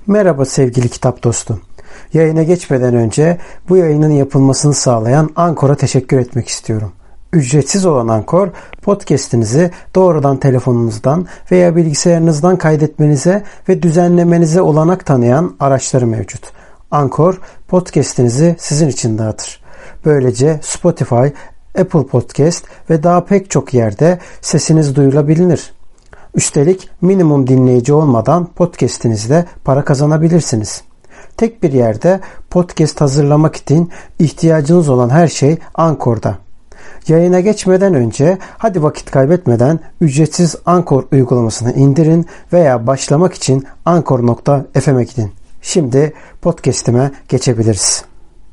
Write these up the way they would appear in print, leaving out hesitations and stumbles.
Merhaba sevgili kitap dostum. Yayına geçmeden önce bu yayının yapılmasını sağlayan Ankor'a teşekkür etmek istiyorum. Ücretsiz olan Ankor, podcast'inizi doğrudan telefonunuzdan veya bilgisayarınızdan kaydetmenize ve düzenlemenize olanak tanıyan araçları mevcut. Ankor, podcast'inizi sizin için dağıtır. Böylece Spotify, Apple Podcast ve daha pek çok yerde sesiniz duyulabilir. Üstelik minimum dinleyici olmadan podcast'inizde para kazanabilirsiniz. Tek bir yerde podcast hazırlamak için ihtiyacınız olan her şey Ankor'da. Yayına geçmeden önce hadi vakit kaybetmeden ücretsiz Ankor uygulamasını indirin veya başlamak için ankor.fm'e gidin. Şimdi podcast'ime geçebiliriz.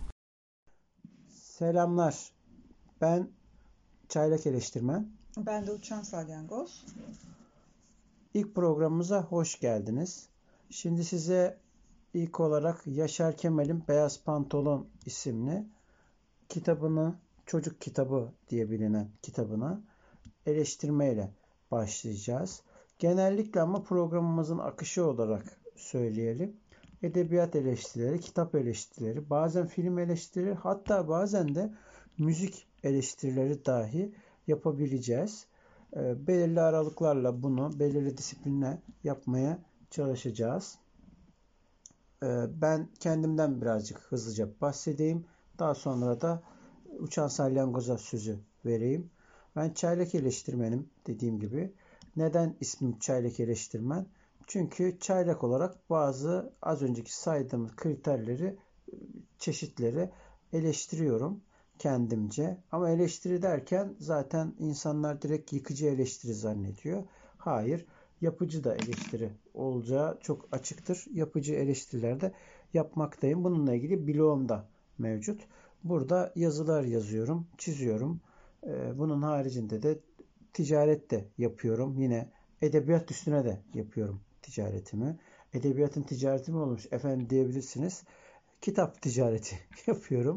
Selamlar. Ben Çaylak Eleştirmen. Ben de Uçan Salyangoz. İlk programımıza hoş geldiniz. Şimdi size ilk olarak Yaşar Kemal'in Beyaz Pantolon isimli kitabını, çocuk kitabı diye bilinen kitabına eleştirmeyle başlayacağız. Genellikle ama programımızın akışı olarak söyleyelim. Edebiyat eleştirileri, kitap eleştirileri, bazen film eleştirileri, hatta bazen de müzik eleştirileri dahi yapabileceğiz. Belirli aralıklarla bunu belirli disiplinle yapmaya çalışacağız. Ben kendimden birazcık hızlıca bahsedeyim. Daha sonra da Uçan Salyangoz'a sözü vereyim. Ben çaylak eleştirmenim dediğim gibi. Neden ismim çaylak eleştirmen? Çünkü çaylak olarak bazı az önceki saydığımız kriterleri, çeşitleri eleştiriyorum kendimce. Ama eleştiri derken zaten insanlar direkt yıkıcı eleştiri zannediyor. Hayır, yapıcı da eleştiri olacağı çok açıktır. Yapıcı eleştiriler de yapmaktayım. Bununla ilgili blogum da mevcut. Burada yazılar yazıyorum, çiziyorum. Bunun haricinde de ticaret de yapıyorum. Yine edebiyat üstüne de yapıyorum ticaretimi. Edebiyatın ticareti mi olmuş efendim diyebilirsiniz. Kitap ticareti yapıyorum.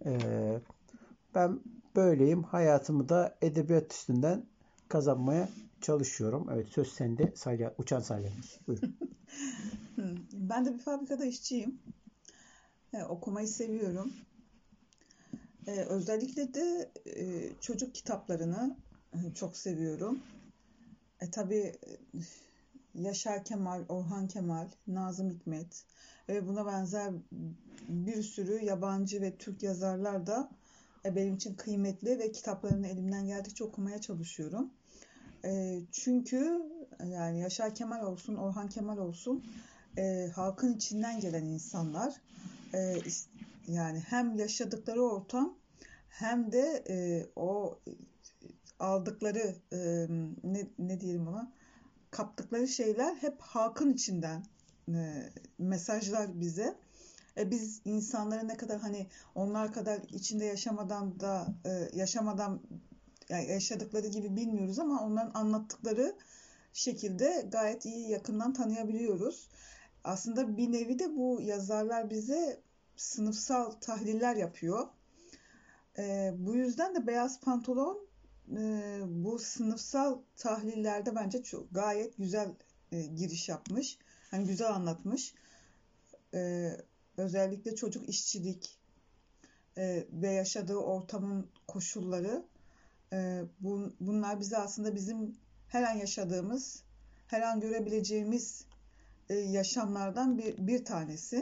Ben böyleyim. Hayatımı da edebiyat üstünden kazanmaya çalışıyorum. Evet, söz sende. Uçan Salyangoz. Buyurun. Ben de bir fabrikada işçiyim. Okumayı seviyorum. Özellikle de çocuk kitaplarını çok seviyorum. Tabii Yaşar Kemal, Orhan Kemal, Nazım Hikmet ve buna benzer bir sürü yabancı ve Türk yazarlar da benim için kıymetli ve kitaplarını elimden geldikçe okumaya çalışıyorum. Çünkü yani Yaşar Kemal olsun, Orhan Kemal olsun halkın içinden gelen insanlar. Yani hem yaşadıkları ortam hem de o aldıkları ne diyelim ona, kaptıkları şeyler hep halkın içinden mesajlar bize. Biz insanları ne kadar hani onlar kadar içinde yaşamadan yani yaşadıkları gibi bilmiyoruz ama onların anlattıkları şekilde gayet iyi yakından tanıyabiliyoruz. Aslında bir nevi de bu yazarlar bize sınıfsal tahliller yapıyor. Bu yüzden de Beyaz Pantolon bu sınıfsal tahlillerde bence gayet güzel giriş yapmış. Hani güzel anlatmış. Özellikle çocuk işçilik ve yaşadığı ortamın koşulları, bunlar bize aslında bizim her an yaşadığımız, her an görebileceğimiz yaşamlardan bir tanesi.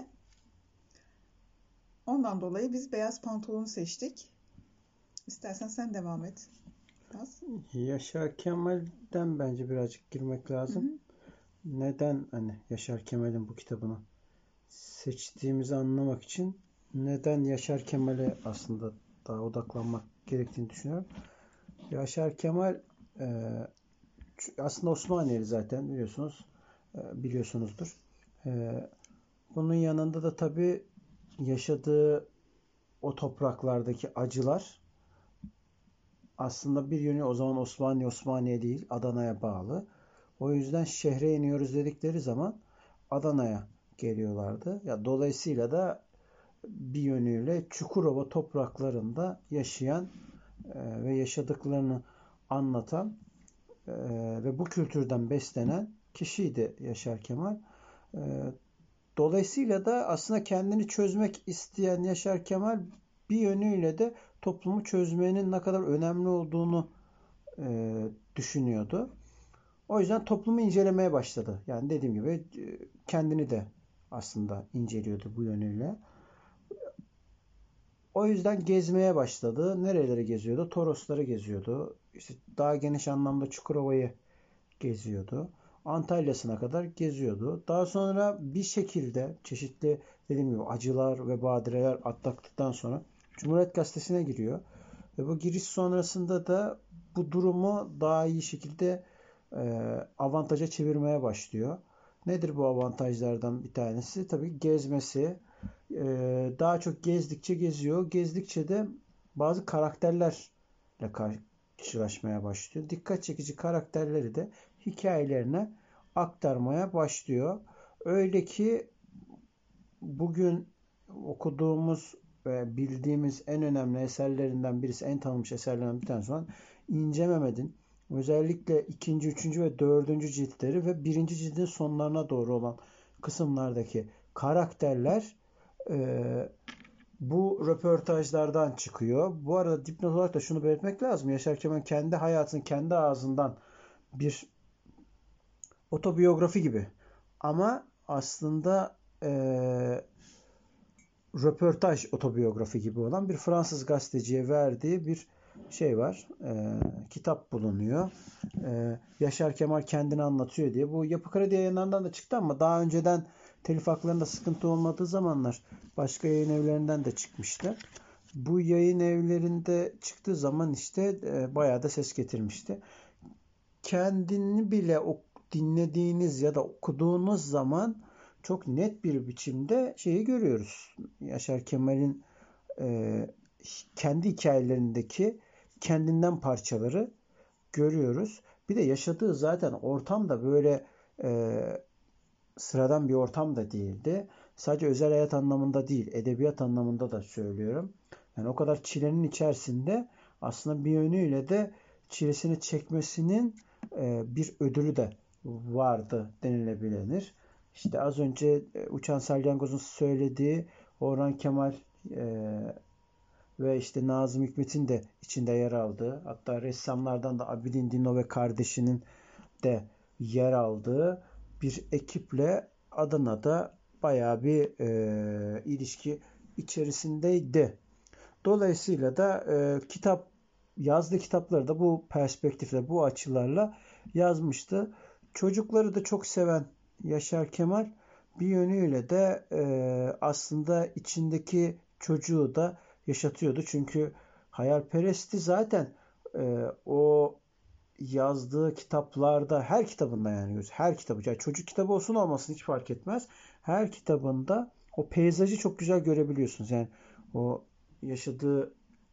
Ondan dolayı biz Beyaz Pantolon'u seçtik. İstersen sen devam et. Biraz. Yaşar Kemal'den bence birazcık girmek lazım. Hı hı. Neden Yaşar Kemal'in bu kitabını seçtiğimizi anlamak için neden Yaşar Kemal'e aslında daha odaklanmak gerektiğini düşünüyorum. Yaşar Kemal aslında Osmaniyeli zaten biliyorsunuzdur. Bunun yanında da tabii yaşadığı o topraklardaki acılar aslında bir yönü o zaman Osmaniye değil, Adana'ya bağlı. O yüzden şehre iniyoruz dedikleri zaman Adana'ya geliyorlardı. Ya dolayısıyla da bir yönüyle Çukurova topraklarında yaşayan ve yaşadıklarını anlatan ve bu kültürden beslenen kişiydi Yaşar Kemal. Dolayısıyla da aslında kendini çözmek isteyen Yaşar Kemal bir yönüyle de toplumu çözmenin ne kadar önemli olduğunu düşünüyordu. O yüzden toplumu incelemeye başladı. Yani dediğim gibi kendini de aslında inceliyordu bu yönüyle. O yüzden gezmeye başladı. Nereleri geziyordu? Torosları geziyordu. İşte daha geniş anlamda Çukurova'yı geziyordu. Antalya'sına kadar geziyordu. Daha sonra bir şekilde çeşitli dediğim gibi acılar ve badireler atlattıktan sonra Cumhuriyet Gazetesi'ne giriyor. Ve bu giriş sonrasında da bu durumu daha iyi şekilde avantaja çevirmeye başlıyor. Nedir bu avantajlardan bir tanesi? Tabii gezmesi. Daha çok gezdikçe geziyor. Gezdikçe de bazı karakterlerle karşılaşmaya başlıyor. Dikkat çekici karakterleri de hikayelerine aktarmaya başlıyor. Öyle ki bugün okuduğumuz ve bildiğimiz en önemli eserlerinden birisi, en tanınmış eserlerinden bir tanesi olan İnce Mehmet'in özellikle 2., 3. ve 4. ciltleri ve 1. cildin sonlarına doğru olan kısımlardaki karakterler bu röportajlardan çıkıyor. Bu arada dipnot olarak da şunu belirtmek lazım. Yaşar Kemal kendi hayatını kendi ağzından bir otobiyografi gibi ama aslında röportaj otobiyografi gibi olan bir Fransız gazeteciye verdiği bir şey var. Kitap bulunuyor. Yaşar Kemal kendini anlatıyor diye. Bu Yapı Kredi yayınlarından da çıktı ama daha önceden telif haklarında sıkıntı olmadığı zamanlar başka yayın evlerinden de çıkmıştı. Bu yayın evlerinde çıktığı zaman işte bayağı da ses getirmişti. Kendini bile dinlediğiniz ya da okuduğunuz zaman çok net bir biçimde şeyi görüyoruz. Yaşar Kemal'in kendi hikayelerindeki kendinden parçaları görüyoruz. Bir de yaşadığı zaten ortam da böyle sıradan bir ortam da değildi. Sadece özel hayat anlamında değil, edebiyat anlamında da söylüyorum. Yani o kadar çilenin içerisinde aslında bir yönüyle de çilesini çekmesinin bir ödülü de vardı denilebilir. İşte az önce Uçan Salyangoz'un söylediği Orhan Kemal ve işte Nazım Hikmet'in de içinde yer aldığı, hatta ressamlardan da Abidin Dino ve kardeşinin de yer aldığı bir ekiple Adana'da bayağı bir ilişki içerisindeydi. Dolayısıyla da yazdığı kitapları da bu perspektifle, bu açılarla yazmıştı. Çocukları da çok seven Yaşar Kemal bir yönüyle de aslında içindeki çocuğu da yaşatıyordu. Çünkü hayalperestti zaten o yazdığı kitaplarda, her kitabında yani her kitabı, yani çocuk kitabı olsun olmasın hiç fark etmez. Her kitabında o peyzajı çok güzel görebiliyorsunuz. Yani o yaşadığı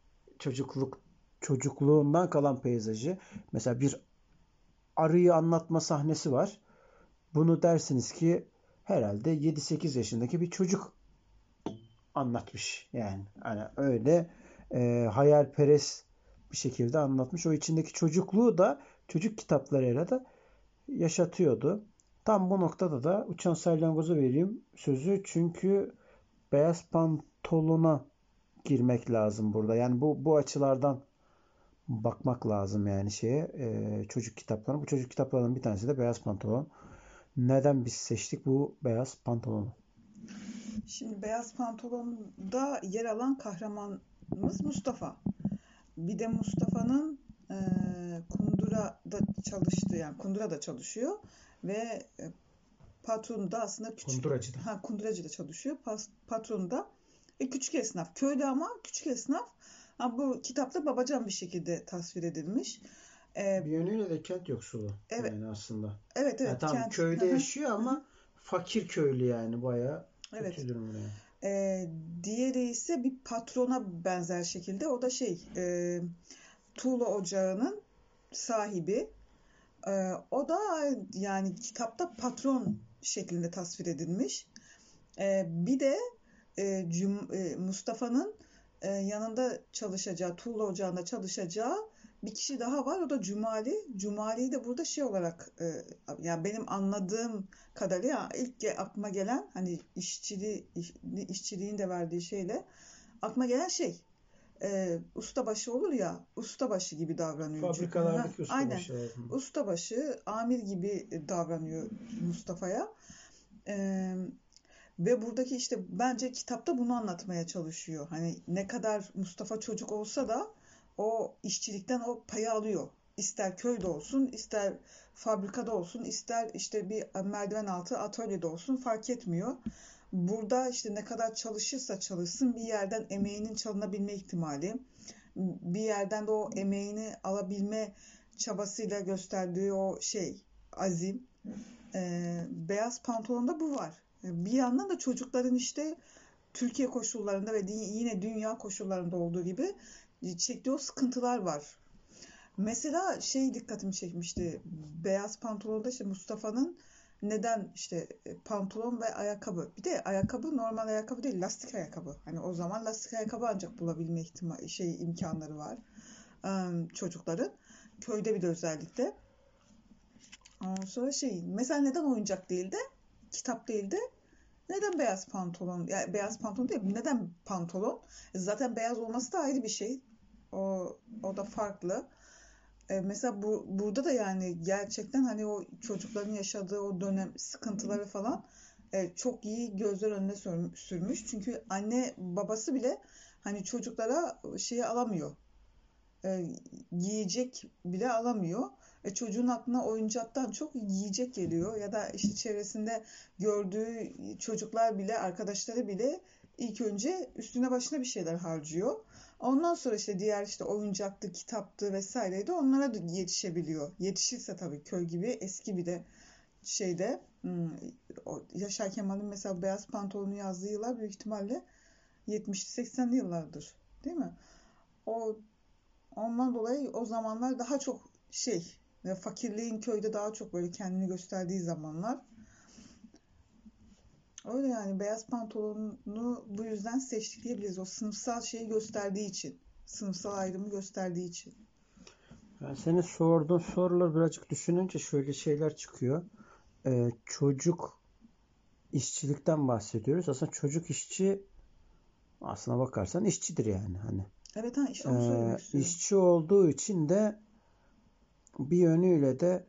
çocukluğundan kalan peyzajı. Mesela bir arıyı anlatma sahnesi var. Bunu dersiniz ki herhalde 7-8 yaşındaki bir çocuk anlatmış. Yani hani öyle hayalperest bir şekilde anlatmış. O içindeki çocukluğu da çocuk kitaplarıyla da yaşatıyordu. Tam bu noktada da Uçan Salyangoza vereyim sözü. Çünkü Beyaz Pantolon'a girmek lazım burada. Yani bu açılardan bakmak lazım yani çocuk kitaplarına. Bu çocuk kitaplarının bir tanesi de Beyaz Pantolon. Neden biz seçtik bu Beyaz Pantolon'u? Şimdi Beyaz Pantolon'da yer alan kahramanımız Mustafa. Bir de Mustafa'nın Kundura'da çalıştığı, yani Kundura'da çalışıyor ve patronu da aslında Kunduracı'da çalışıyor. Patronu da küçük esnaf. Köylü ama küçük esnaf. Bu kitapta babacan bir şekilde tasvir edilmiş. Bir yönüyle de kent yoksulu Evet. yani aslında. Evet. Yani tam köyde yaşıyor ama fakir köylü yani bayağı kötü durumda. Diğeri ise bir patrona benzer şekilde. O da Tuğla Ocağı'nın sahibi. O da yani kitapta patron şeklinde tasvir edilmiş. Bir de Mustafa'nın yanında çalışacağı, Tuğla Ocağı'nda çalışacağı bir kişi daha var, o da Cumali. Cumali'yi de burada şey olarak yani benim anladığım kadarıyla ilk aklıma gelen hani işçiliğin de verdiği şeyle aklıma gelen şey ustabaşı olur ya, ustabaşı gibi davranıyor. Fabrikalardaki Aynen. ustabaşı. Evet. Ustabaşı, amir gibi davranıyor Mustafa'ya. E, Ve buradaki işte bence kitapta bunu anlatmaya çalışıyor. Hani ne kadar Mustafa çocuk olsa da o işçilikten o payı alıyor. İster köyde olsun, ister fabrikada olsun, ister işte bir merdiven altı atölyede olsun fark etmiyor. Burada işte ne kadar çalışırsa çalışsın bir yerden emeğinin çalınabilme ihtimali, bir yerden de o emeğini alabilme çabasıyla gösterdiği o şey, azim. Beyaz pantolonda bu var. Bir yandan da çocukların işte Türkiye koşullarında ve yine dünya koşullarında olduğu gibi çektiği o sıkıntılar var. Mesela şey dikkatimi çekmişti. Beyaz pantolonda işte Mustafa'nın neden işte pantolon ve ayakkabı. Bir de ayakkabı normal ayakkabı değil, lastik ayakkabı. Hani o zaman lastik ayakkabı ancak bulabilme imkanları var çocukların. Köyde bir de özellikle. Ondan sonra şey mesela neden oyuncak değil de kitap değil de neden beyaz pantolon? Yani beyaz pantolon değil, neden pantolon? Zaten beyaz olması da ayrı bir şey. O da farklı. Mesela burada da yani gerçekten hani o çocukların yaşadığı o dönem sıkıntıları falan çok iyi gözler önüne sürmüş. Çünkü anne babası bile hani çocuklara şeyi alamıyor, e, giyecek bile alamıyor. Çocuğun aklına oyuncaktan çok yiyecek geliyor ya da işte çevresinde gördüğü çocuklar bile, arkadaşları bile ilk önce üstüne başına bir şeyler harcıyor. Ondan sonra işte diğer işte oyuncaktı, kitaptı vesaireydi onlara da yetişebiliyor. Yetişirse tabii köy gibi eski bir de şeyde Yaşar Kemal'in mesela Beyaz Pantolon'u yazdığı yıllar büyük ihtimalle 70'li 80'li yıllardır. Değil mi? O Ondan dolayı o zamanlar daha çok şey, fakirliğin köyde daha çok böyle kendini gösterdiği zamanlar. Öyle yani beyaz pantolonunu bu yüzden seçtik diyebiliriz. O sınıfsal şeyi gösterdiği için. Sınıfsal ayrımı gösterdiği için. Ben senin sorduğun soruları birazcık düşününce şöyle şeyler çıkıyor. Çocuk işçilikten bahsediyoruz. Aslında çocuk işçi aslına bakarsan işçidir yani. Hani Evet ha işte onu söylemek istiyorum. işçi olduğu için de bir yönüyle de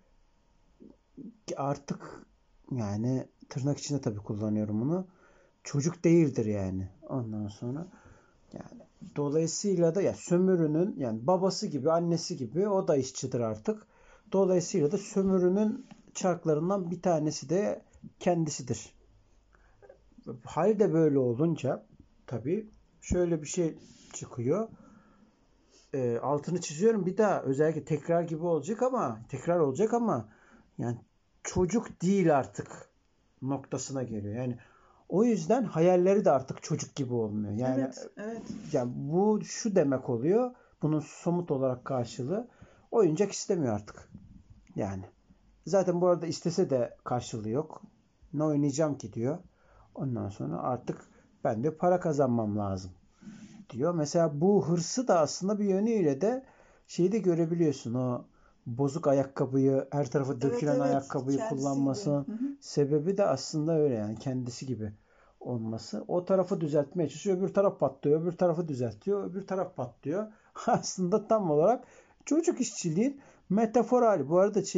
artık yani tırnak içinde tabii kullanıyorum bunu. Çocuk değildir yani. Ondan sonra yani dolayısıyla da ya sömürünün yani babası gibi annesi gibi o da işçidir artık. Dolayısıyla da sömürünün çarklarından bir tanesi de kendisidir. Hal de böyle olunca tabii şöyle bir şey çıkıyor. Altını çiziyorum bir daha özellikle tekrar olacak ama yani çocuk değil artık noktasına geliyor. Yani o yüzden hayalleri de artık çocuk gibi olmuyor. Yani Evet, evet. yani bu şu demek oluyor. Bunun somut olarak karşılığı oyuncak istemiyor artık. Yani zaten bu arada istese de karşılığı yok. Ne oynayacağım ki diyor. Ondan sonra artık ben de para kazanmam lazım diyor. Mesela bu hırsı da aslında bir yönüyle de şeyi de görebiliyorsun. O bozuk ayakkabıyı, her tarafı Evet, dökülen evet. ayakkabıyı Kendisi gibi. kullanmasının Hı hı. sebebi de aslında öyle yani kendisi gibi olması. O tarafı düzeltmeye çalışıyor. Öbür taraf patlıyor. Öbür tarafı düzeltiyor. Öbür taraf patlıyor. Aslında tam olarak çocuk işçiliğin metafor hali. Bu arada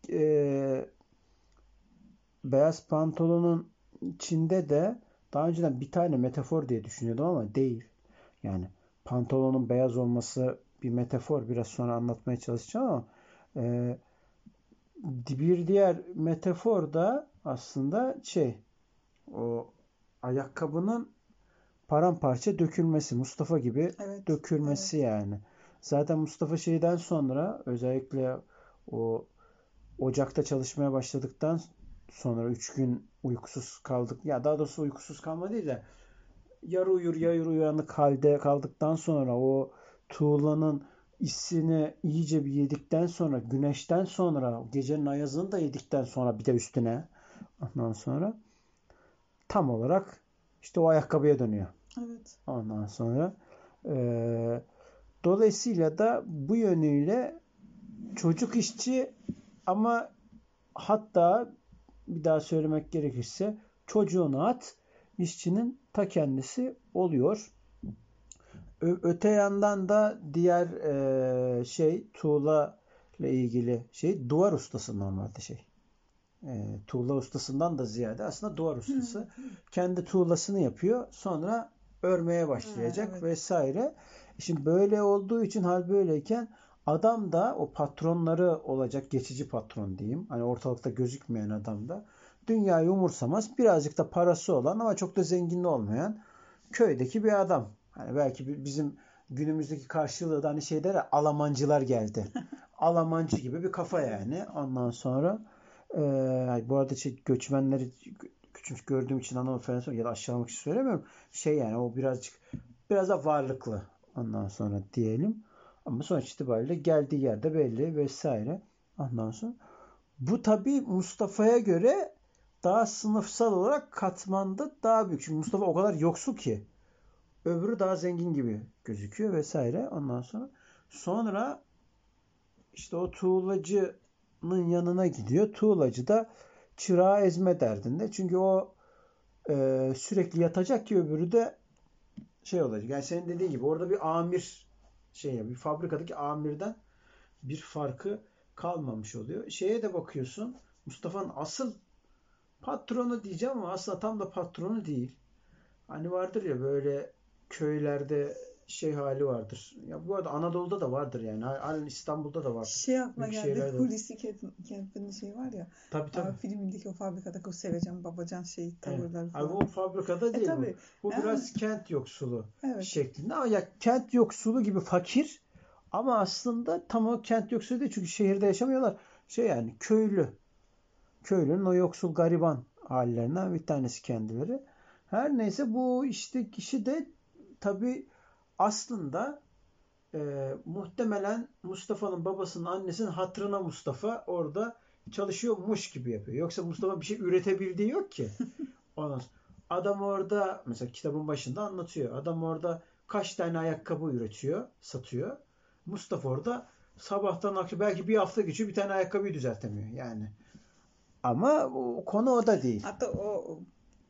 beyaz pantolonun içinde de daha önceden bir tane metafor diye düşünüyordum ama değil. Yani pantolonun beyaz olması bir metafor. Biraz sonra anlatmaya çalışacağım ama e, bir diğer metafor da aslında o ayakkabının paramparça dökülmesi. Mustafa gibi Evet, dökülmesi evet. yani. Zaten Mustafa şeyden sonra özellikle o ocakta çalışmaya başladıktan sonra 3 gün uykusuz kaldık. Ya daha doğrusu uykusuz kalma değil de yarı uyur yarı uyanık halde kaldıktan sonra o tuğlanın isini iyice bir yedikten sonra güneşten sonra gecenin ayazını da yedikten sonra bir de üstüne ondan sonra tam olarak işte o ayakkabıya dönüyor. Evet. Ondan sonra eee, Dolayısıyla da bu yönüyle çocuk işçi ama hatta bir daha söylemek gerekirse çocuğunu at işçinin ta kendisi oluyor. Öte yandan da diğer tuğla ile ilgili duvar ustası normalde tuğla ustasından da ziyade aslında duvar ustası. Kendi tuğlasını yapıyor. Sonra örmeye başlayacak Evet. vesaire. Şimdi böyle olduğu için hal böyleyken adam da o patronları olacak geçici patron diyeyim. Hani ortalıkta gözükmeyen adam da dünyayı umursamaz. Birazcık da parası olan ama çok da zengin olmayan köydeki bir adam. Hani belki bizim günümüzdeki karşılığı da hani der ya, Almancılar geldi. Almancı gibi bir kafa yani. Ondan sonra bu arada göçmenleri küçük gördüğüm için anlamı ya da aşağılamak için söylemiyorum. Yani o biraz da varlıklı ondan sonra diyelim. Ama sonuç itibariyle geldiği yerde belli vesaire. Ondan sonra bu tabii Mustafa'ya göre daha sınıfsal olarak katmanda daha büyük. Çünkü Mustafa o kadar yoksul ki. Öbürü daha zengin gibi gözüküyor vesaire. Ondan sonra işte o tuğlacının yanına gidiyor. Tuğlacı da çırağı ezme derdinde. Çünkü o sürekli yatacak ki öbürü de olacak. Yani senin dediğin gibi orada bir amir bir fabrikadaki amirden bir farkı kalmamış oluyor. Şeye de bakıyorsun. Mustafa'nın asıl patronu diyeceğim ama aslında tam da patronu değil. Hani vardır ya böyle köylerde hali vardır. Ya bu arada Anadolu'da da vardır yani. Halen İstanbul'da da vardır. Aklıma Büyük geldi. şehirlerde. Hulusi Kent'in var ya. Tabii. Filmindeki o fabrikadaki o sevecen babacan tavırları Abi falan. o fabrikada değil bu. Tabii. Bu Yani, biraz kent yoksulu evet. şeklinde. Ama ya kent yoksulu gibi fakir ama aslında tam o kent yoksulu değil. Çünkü şehirde yaşamıyorlar. Yani köylü. Köylünün o yoksul gariban hallerinden bir tanesi kendileri. Her neyse bu kişi de tabii aslında muhtemelen Mustafa'nın babasının annesinin hatırına Mustafa orada çalışıyormuş gibi yapıyor. Yoksa Mustafa bir şey üretebildiği yok ki. Ondan sonra adam orada mesela kitabın başında anlatıyor. Adam orada kaç tane ayakkabı üretiyor, satıyor. Mustafa orada sabahtan akşam belki bir hafta geçiyor bir tane ayakkabıyı düzeltemiyor yani. Ama o konu o da değil. Hatta o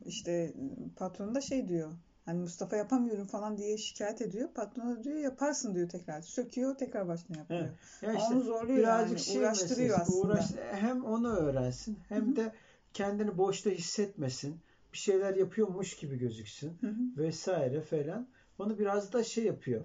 patron da diyor. Hani Mustafa yapamıyorum falan diye şikayet ediyor. Patron da diyor yaparsın diyor tekrar. Söküyor tekrar başına yapıyor. Evet. Ya Ama onu zorluyor birazcık yani. Uğraştırıyor aslında. hem onu öğrensin hem de kendini boşta hissetmesin. Bir şeyler yapıyormuş gibi gözüksün vesaire falan. Onu biraz da yapıyor.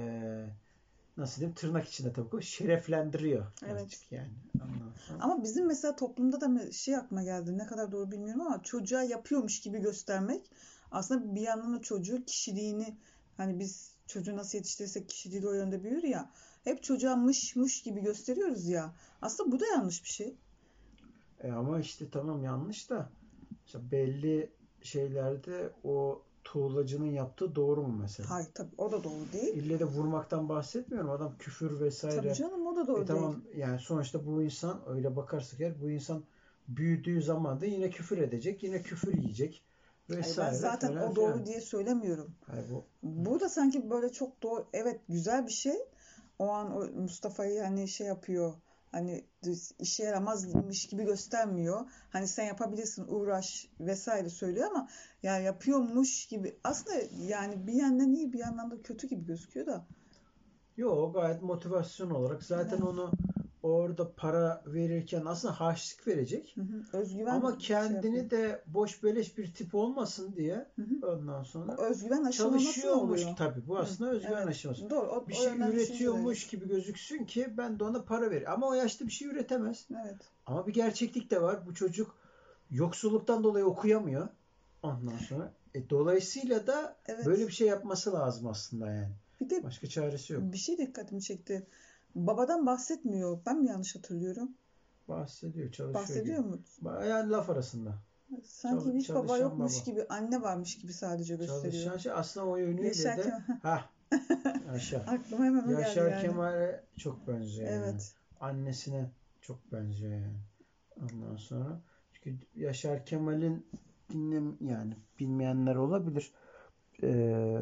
Nasıl diyeyim? Tırnak içinde tabii. Şereflendiriyor. Evet. Yani. Ama bizim mesela toplumda da aklıma geldi. Ne kadar doğru bilmiyorum ama çocuğa yapıyormuş gibi göstermek aslında bir yandan da çocuğu kişiliğini hani biz çocuğu nasıl yetiştirirsek kişiliği de o yönde büyür ya. Hep çocuğa mış gibi gösteriyoruz ya. Aslında bu da yanlış bir şey. Ama tamam yanlış da mesela belli şeylerde o tuğlacının yaptığı doğru mu mesela? Hayır tabii o da doğru değil. İlle de vurmaktan bahsetmiyorum. Adam küfür vesaire. Tabii canım o da doğru Tamam değil. yani sonuçta bu insan öyle bakarsak eğer bu insan büyüdüğü zaman da yine küfür edecek. Yine küfür yiyecek Hayır, ben vesaire zaten falan o doğru filan. diye söylemiyorum. Hayır, Bu da sanki böyle çok doğru. Evet güzel bir şey. O an o Mustafa'yı hani yapıyor. Hani işe yaramazmış gibi göstermiyor. Hani sen yapabilirsin uğraş vesaire söylüyor ama yani yapıyormuş gibi. Aslında yani bir yandan iyi bir yandan da kötü gibi gözüküyor da. Yok gayet motivasyon olarak zaten onu orada para verirken aslında harçlık verecek. Özgüven Ama kendini yapıyor. de boş beleş bir tip olmasın diye ondan O sonra özgüven aşılaması mı çalışıyormuş oluyor? tabii. Bu aslında özgüven Evet. aşıması. Doğru. Bir O şey yönden düşünce de üretiyormuş evet. gibi gözüksün ki ben de ona para vereyim. Ama o yaşta bir şey üretemez. Evet. Ama bir gerçeklik de var. Bu çocuk yoksulluktan dolayı okuyamıyor. Ondan sonra. Dolayısıyla da böyle Evet. bir şey yapması lazım aslında yani. Bir de Başka çaresi yok. bir şey dikkatimi çekti. Babadan bahsetmiyor. Ben mi yanlış hatırlıyorum? Bahsediyor, çalışıyor gibi. Bahsediyor mu? Yani laf arasında. Sanki hiç baba Çalışan yokmuş baba. gibi, anne varmış gibi sadece gösteriyor. Çalışan aslında o yönüyle de Yaşarken Yaşar. aklıma hemen o geldi Yaşar yani. Kemal'e çok benziyor yani. Evet. Annesine çok benziyor yani. Ondan sonra çünkü Yaşar Kemal'in yani bilmeyenler olabilir. Ee,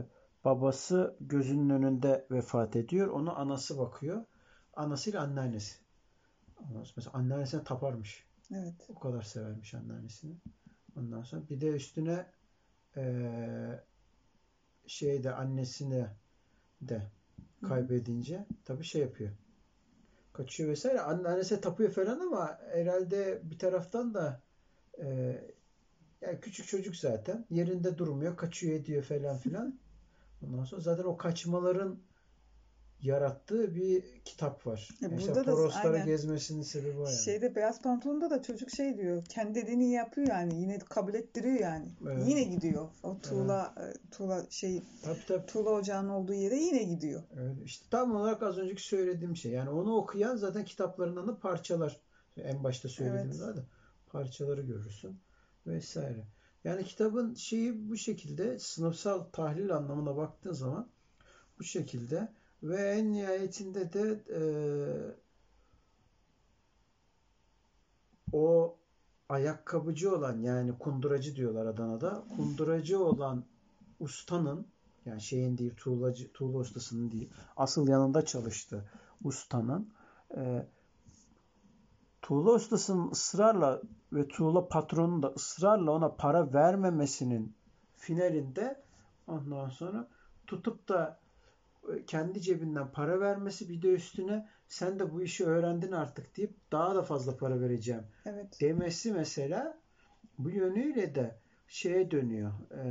Babası gözünün önünde vefat ediyor. Onu anası bakıyor. Anasıyla anneannesi. Mesela anneannesine taparmış. Evet. O kadar severmiş anneannesini. Ondan sonra bir de üstüne annesini de kaybedince tabii şey yapıyor. Kaçıyor vesaire. Anneannesine tapıyor falan ama herhalde bir taraftan da yani küçük çocuk zaten. Yerinde durmuyor. Kaçıyor ediyor falan filan. Ondan sonra zaten o kaçmaların yarattığı bir kitap var. Yani işte Burada da Torosları aynen. gezmesinin sebebi o yani. Beyaz Pantolon'da da çocuk şey diyor. Kendi dediğini yapıyor yani. Yine kabul ettiriyor yani. Evet. Yine gidiyor. O Evet. Tabii. Tuğla ocağının olduğu yere yine gidiyor. Evet. İşte tam olarak az önceki söylediğim şey. Yani onu okuyan zaten kitaplarından da parçalar. En başta söylediğim Evet. zaten parçaları görürsün vesaire. Yani kitabın şeyi bu şekilde, sınıfsal tahlil anlamına baktığın zaman bu şekilde ve en nihayetinde de o ayakkabıcı olan, yani kunduracı diyorlar Adana'da. Kunduracı olan ustanın, yani şeyin değil, tuğla ustasının değil, asıl yanında çalıştı ustanın, e, tuğla ustasının ısrarla ve tuğla patronunun da ısrarla ona para vermemesinin finalinde ondan sonra tutup da kendi cebinden para vermesi, bir de üstüne sen de bu işi öğrendin artık deyip daha da fazla para vereceğim Evet. demesi mesela bu yönüyle de şeye dönüyor.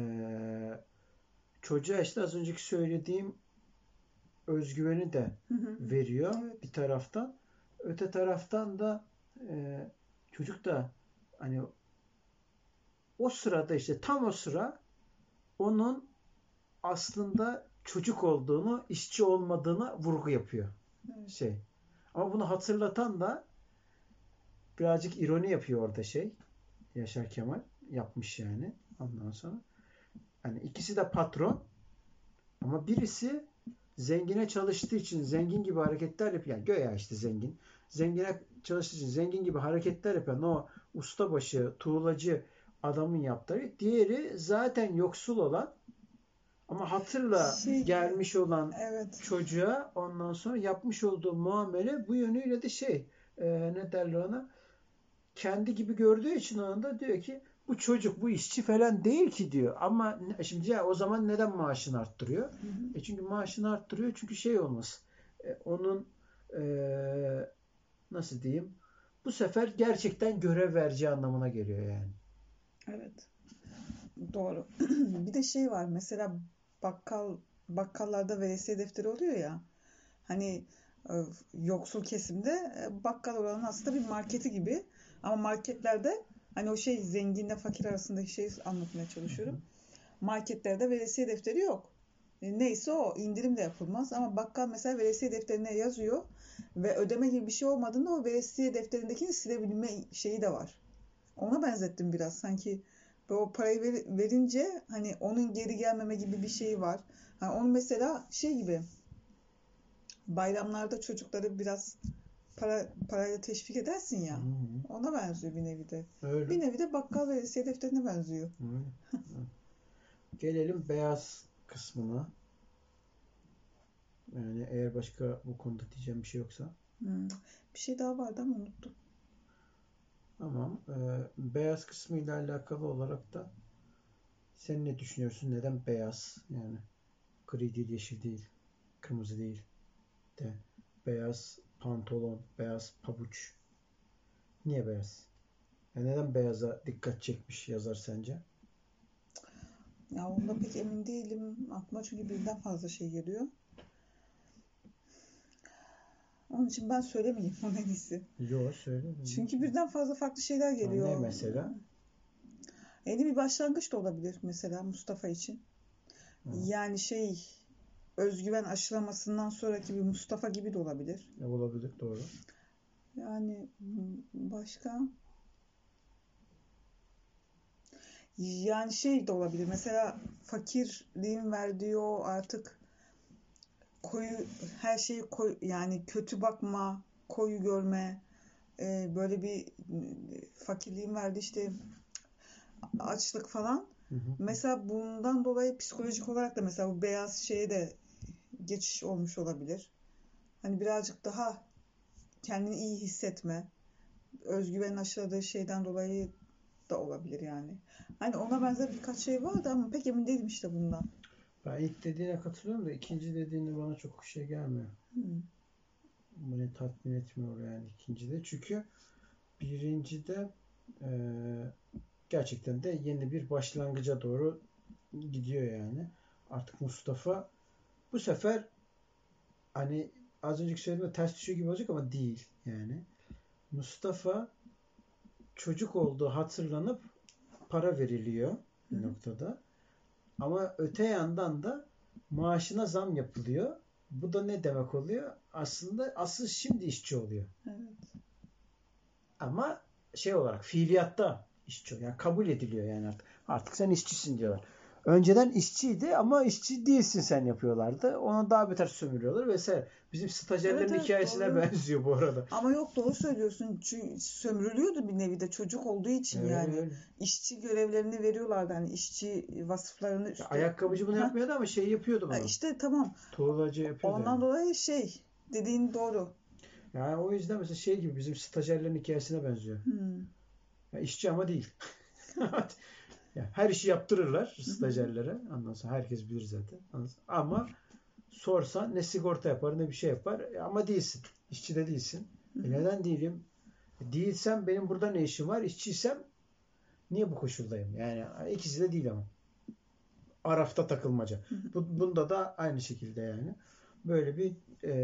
Çocuğa işte az önceki söylediğim özgüveni de veriyor Evet. bir taraftan. Öte taraftan da çocuk da hani o sırada, işte tam o sıra onun aslında çocuk olduğunu, işçi olmadığını vurgu yapıyor. Evet. Ama bunu hatırlatan da birazcık ironi yapıyor orada Yaşar Kemal yapmış yani. Ondan sonra hani ikisi de patron ama birisi zengine çalıştığı için zengin gibi hareketler yapıyor. Yani göya işte zengin. Zengine çalıştığı için zengin gibi hareketler yapan o ustabaşı, tuğlacı adamın yaptığı. Diğeri zaten yoksul olan ama hatırla gelmiş olan Evet. çocuğa ondan sonra yapmış olduğu muamele bu yönüyle de ne derler ona, kendi gibi gördüğü için o anda diyor ki bu çocuk, bu işçi falan değil ki diyor. Ama şimdi ya o zaman neden maaşını arttırıyor? Çünkü maaşını arttırıyor çünkü olmaz. Onun nasıl diyeyim? Bu sefer gerçekten görev vereceği anlamına geliyor yani. Evet. Doğru. Bir de var. Mesela bakkallarda veresiye defteri oluyor ya. Hani yoksul kesimde bakkal oranın aslında bir marketi gibi. Ama marketlerde hani zenginle fakir arasındaki anlatmaya çalışıyorum. Marketlerde veresiye defteri yok. Neyse o indirim de yapılmaz ama bakkal mesela veresiye defterine yazıyor ve ödeme gibi bir şey olmadığında o veresiye defterindekini silebilme şeyi de var. Ona benzettim biraz. Sanki o parayı verince hani onun geri gelmeme gibi bir şey var. Hani onu mesela gibi bayramlarda çocukları biraz parayla teşvik edersin ya. Ona benziyor bir nevi de. Öyle. Bir nevi de bakkal veresiye defterine benziyor. Gelelim beyaz kısmına. Yani eğer başka bu konuda diyeceğim bir şey yoksa. Bir şey daha vardı ama unuttum. Tamam. Beyaz kısmı ile alakalı olarak da sen ne düşünüyorsun? Neden beyaz? Yani gri değil, yeşil değil, kırmızı değil de beyaz pantolon, beyaz pabuç. Niye beyaz? Yani neden beyaza dikkat çekmiş yazar sence? Ya onda pek emin değilim. Aklıma çünkü birden fazla şey geliyor. Onun için ben söylemeyeyim onun en iyisi. Yok, söyle. Çünkü birden fazla farklı şeyler Ne geliyor. mesela? Yeni bir başlangıç da olabilir mesela Mustafa için. Yani özgüven aşılamasından sonraki bir Mustafa gibi de olabilir. Olabilir, doğru. Yani başka? Yani de olabilir. Mesela fakirliğin verdiği o artık her şeyi yani kötü bakma, koyu görme, böyle bir fakirliğin verdiği açlık falan. Hı hı. Mesela bundan dolayı psikolojik olarak da mesela bu beyaz şeye de geçiş olmuş olabilir. Hani birazcık daha kendini iyi hissetme, özgüven aşıladığı şeyden dolayı da olabilir yani. Hani ona benzer birkaç şey vardı ama pek emin değilim işte bundan. Ben ilk dediğine katılıyorum da ikinci dediğinde bana çok şey gelmiyor. Hmm. Beni tatmin etmiyor yani ikincide. Çünkü birincide gerçekten de yeni bir başlangıca doğru gidiyor yani. Artık Mustafa bu sefer hani az önceki söylediğimde ters düşüyor gibi olacak ama değil yani. Mustafa çocuk olduğu hatırlanıp para veriliyor Hı bir hı. noktada. Ama öte yandan da maaşına zam yapılıyor. Bu da ne demek oluyor? Aslında asıl şimdi işçi oluyor. Evet. Ama şey olarak fiiliyatta işçi oluyor. Yani kabul ediliyor yani artık. Artık sen işçisin diyorlar. Önceden işçiydi ama işçi değilsin sen yapıyorlardı. Ona daha beter sömürüyorlar vesaire. Bizim Evet, stajyerlerin evet, hikayesine doğru. benziyor bu arada. Ama yok, doğru söylüyorsun. Çünkü sömürülüyordu bir nevi de çocuk olduğu için Öyle yani. öyle. İşçi görevlerini veriyorlardı. Hani işçi vasıflarını Ya üstte. ayakkabıcı bunu Ha, yapmıyordu ama şey yapıyordu bunu. işte tamam. Tuğlacı yapıyordu Ondan yani. dolayı şey dediğin doğru. Yani o yüzden mesela şey gibi bizim stajyerlerin hikayesine benziyor. Hmm. Ya işçi ama değil. Yani her işi yaptırırlar Hı hı. stajyerlere. Ondan sonra herkes bilir zaten. Ama sorsan ne sigorta yapar ne bir şey yapar. Ama değilsin. İşçi de değilsin. Hı hı. Neden değilim? Değilsem benim burada ne işim var? İşçiysem niye bu koşuldayım? Yani ikisi de değil ama. Arafta takılmaca. Hı hı. Bunda da aynı şekilde yani. Böyle bir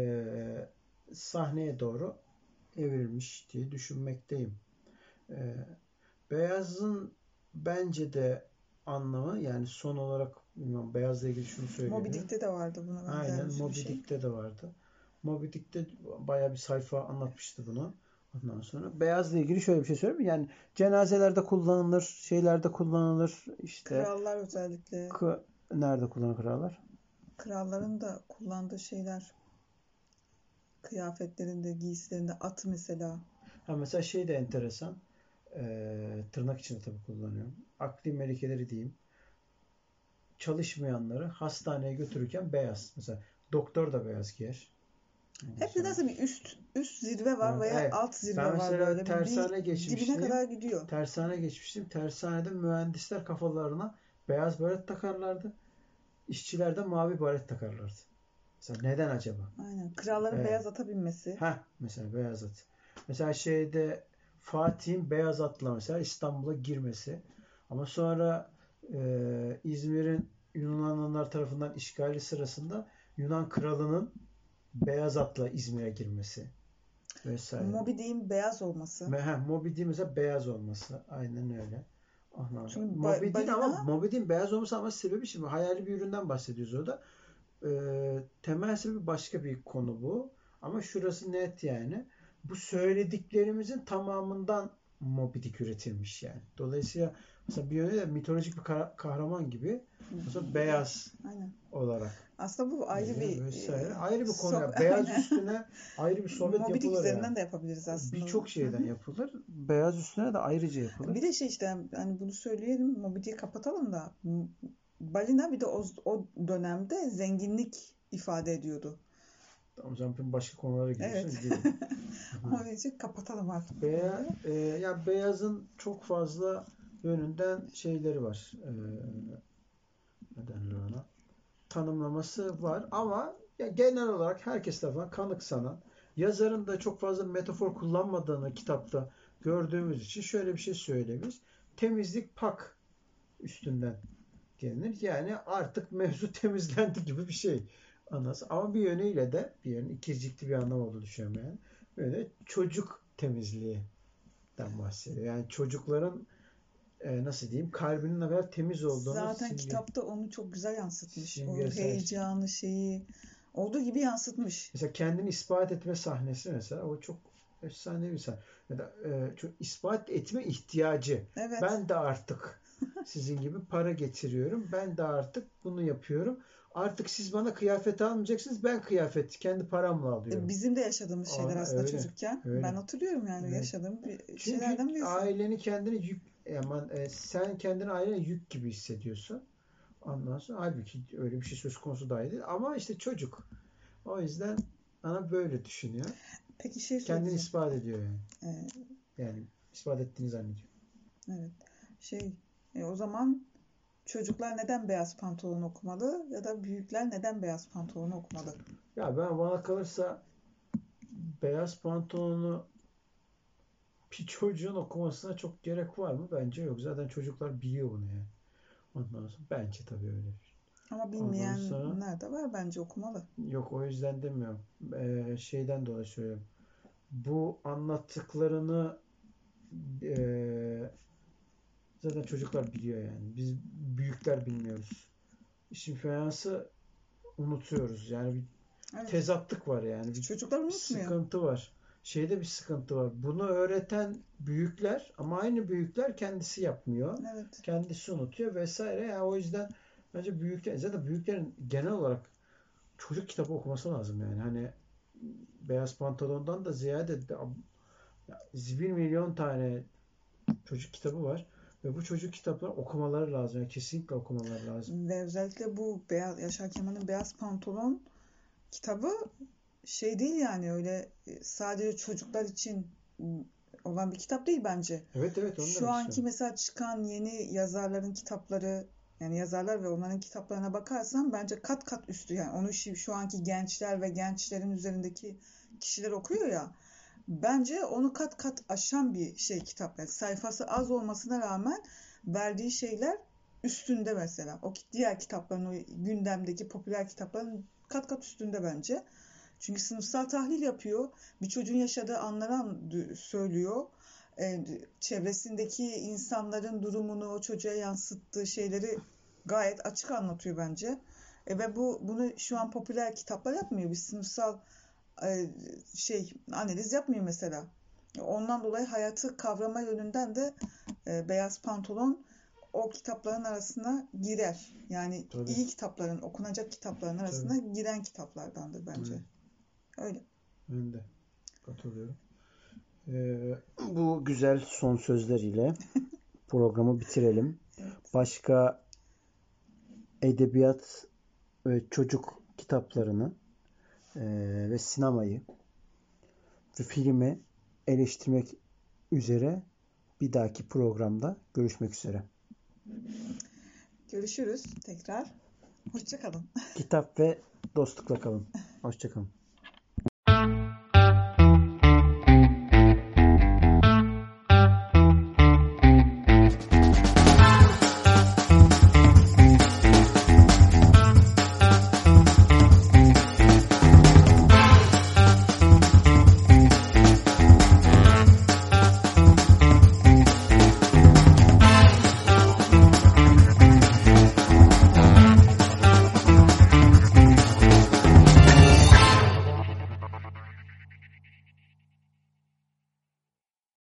sahneye doğru evrilmiş diye düşünmekteyim. E, Beyaz'ın bence de anlamı yani son olarak bilmiyorum, Beyaz'la ilgili şunu Moby söyleyebilirim. Dick'te de vardı buna benzer Aynen bir sürü Moby şey. Dick'te de vardı. Moby Dick'te bayağı bir sayfa anlatmıştı bunu. Ondan sonra Beyaz'la ilgili şöyle bir şey söyleyeyim. Yani cenazelerde kullanılır, şeylerde kullanılır. İşte Krallar özellikle. nerede kullanılır krallar? Kralların da kullandığı şeyler. Kıyafetlerinde, giysilerinde at mesela. Ha mesela şey de enteresan. Tırnak içinde tabii kullanıyorum. Akli melekeleri diyeyim. Çalışmayanları hastaneye götürürken beyaz. Mesela doktor da beyaz giyer. Ondan Hep sonra. nedense bir üst zirve var Evet, veya evet. alt Ben zirve var mesela böyle. Bir tersane dibine geçmiştim. kadar gidiyor. Tersane geçmiştim. Tersanede mühendisler kafalarına beyaz baret takarlardı. İşçiler de mavi baret takarlardı. Mesela neden acaba? Aynen. Kralların Evet. beyaz ata binmesi. Mesela beyaz at. Mesela şeyde Fatih'in beyaz atla mesela İstanbul'a girmesi. Ama sonra İzmir'in Yunanlılar tarafından işgali sırasında Yunan kralının beyaz atla İzmir'e girmesi vesaire. Moby Dick'in beyaz olması. Moby Dick mesela beyaz olması. Aynen öyle. Ondan sonra. Çünkü Moby Dick ama balina Moby Dick'in beyaz olması ama sebebi şimdi hayali bir üründen bahsediyoruz orada. Temel sebebi başka bir konu bu. Ama şurası net yani. Bu söylediklerimizin tamamından Moby Dick üretilmiş yani. Dolayısıyla mesela bir yönde de mitolojik bir kahraman gibi mesela gibi. beyaz Aynen. olarak Aslında bu ayrı geliyor bir vesaire. Ayrı bir konu. Yani beyaz aynen. üstüne ayrı bir sohbet Moby Dick yapılır yani. üzerinden de yapabiliriz aslında Birçok bunu. şeyden yapılır. Beyaz üstüne de ayrıca yapılır. Bir de şey işte hani bunu söyleyelim, Moby Dick'i kapatalım da balina bir de o dönemde zenginlik ifade ediyordu. O zaman başka konulara gidiyorsun. Evet. Gidelim. Onun için kapatalım artık bu Veya konuyu. ya beyazın çok fazla yönünden şeyleri var. Ne derler ona? Tanımlaması var ama ya genel olarak herkes tarafından kanıksanan, yazarın da çok fazla metafor kullanmadığını kitapta gördüğümüz için şöyle bir şey söyleyebiliriz. Temizlik pak üstünden denir. Yani artık mevzu temizlendi gibi bir şey anası. Ama bir yönüyle de bir yönü ikircikli bir anlam olduğunu düşünüyorum yani. Böyle çocuk temizliğinden bahsediyor. Yani çocukların nasıl diyeyim kalbinin ne kadar temiz olduğunu Zaten kitapta onu çok güzel yansıtmış. O simgesel. heyecanı şeyi olduğu gibi yansıtmış. Mesela kendini ispat etme sahnesi mesela o çok efsane bir sahne. Ya da çok ispat etme ihtiyacı. Evet. Ben de artık sizin gibi para getiriyorum. Ben de artık bunu yapıyorum. Artık siz bana kıyafet almayacaksınız. Ben kıyafet kendi paramla alıyorum. Bizim de yaşadığımız şeyler aslında Öyle. çocukken. Ben Öyle. hatırlıyorum yani Evet. yaşadığım bir Çünkü şeylerden birisi. aileni kendini sen kendini aynen yük gibi hissediyorsun. Ondan sonra halbuki öyle bir şey söz konusu dahi değil. Ama işte çocuk. O yüzden ana böyle düşünüyor. Peki şey Kendini söyleyeceğim. ispat ediyor yani. Ee, Yani ispat ettiğini zannediyor. evet. Şey, o zaman çocuklar neden beyaz pantolon okumalı ya da büyükler neden beyaz pantolon okumalı? Ya bana kalırsa beyaz pantolonu bir çocuğun okumasına çok gerek var mı? Bence yok. Zaten çocuklar biliyor bunu yani. Ondan sonra bence tabii öyle. Ama Ondan sonra bilmeyenler de var, bence okumalı. yok, o yüzden demiyorum. Şeyden dolayı söylüyorum. Bu anlattıklarını zaten çocuklar biliyor yani. Biz büyükler bilmiyoruz. İşin fayansı unutuyoruz. Yani bir Evet. tezatlık var yani. Bir Çocuklar unutmuyor. sıkıntı var. Şeyde bir sıkıntı var. Bunu öğreten büyükler ama aynı büyükler kendisi yapmıyor. Evet. Kendisi unutuyor vesaire. Yani o yüzden bence büyükler, zaten büyüklerin genel olarak çocuk kitabı okuması lazım yani. Hani Beyaz Pantolon'dan da ziyade bir milyon tane çocuk kitabı var. Ve bu çocuk kitapları okumaları lazım. Yani kesinlikle okumaları lazım. Ve özellikle bu Yaşar Kemal'in Beyaz Pantolon kitabı şey değil yani, öyle sadece çocuklar için olan bir kitap değil bence. Evet, evet, onu Şu demek anki istiyorum. mesela çıkan yeni yazarların kitapları, yani yazarlar ve onların kitaplarına bakarsan bence kat kat üstü, yani onu şu anki gençler ve gençlerin üzerindeki kişiler okuyor ya, bence onu kat kat aşan bir kitap. Yani sayfası az olmasına rağmen verdiği şeyler üstünde mesela. O diğer kitapların, o gündemdeki popüler kitapların kat kat üstünde bence. Çünkü sınıfsal tahlil yapıyor. Bir çocuğun yaşadığı anları söylüyor. Çevresindeki insanların durumunu o çocuğa yansıttığı şeyleri gayet açık anlatıyor bence. Ve bunu şu an popüler kitaplar yapmıyor. Bir sınıfsal analiz yapmıyor mesela. Ondan dolayı hayatı kavrama yönünden de Beyaz Pantolon o kitapların arasına girer. Yani Tabii. iyi kitapların, okunacak kitapların arasına giren kitaplardandır bence. Evet. Öyle. Ben de katılıyorum. Bu güzel son sözleriyle programı bitirelim. Evet. Başka edebiyat ve çocuk kitaplarını ve sinemayı ve filmi eleştirmek üzere bir dahaki programda görüşmek üzere. Görüşürüz tekrar. Hoşça kalın. Kitap ve dostlukla kalın. Hoşça kalın.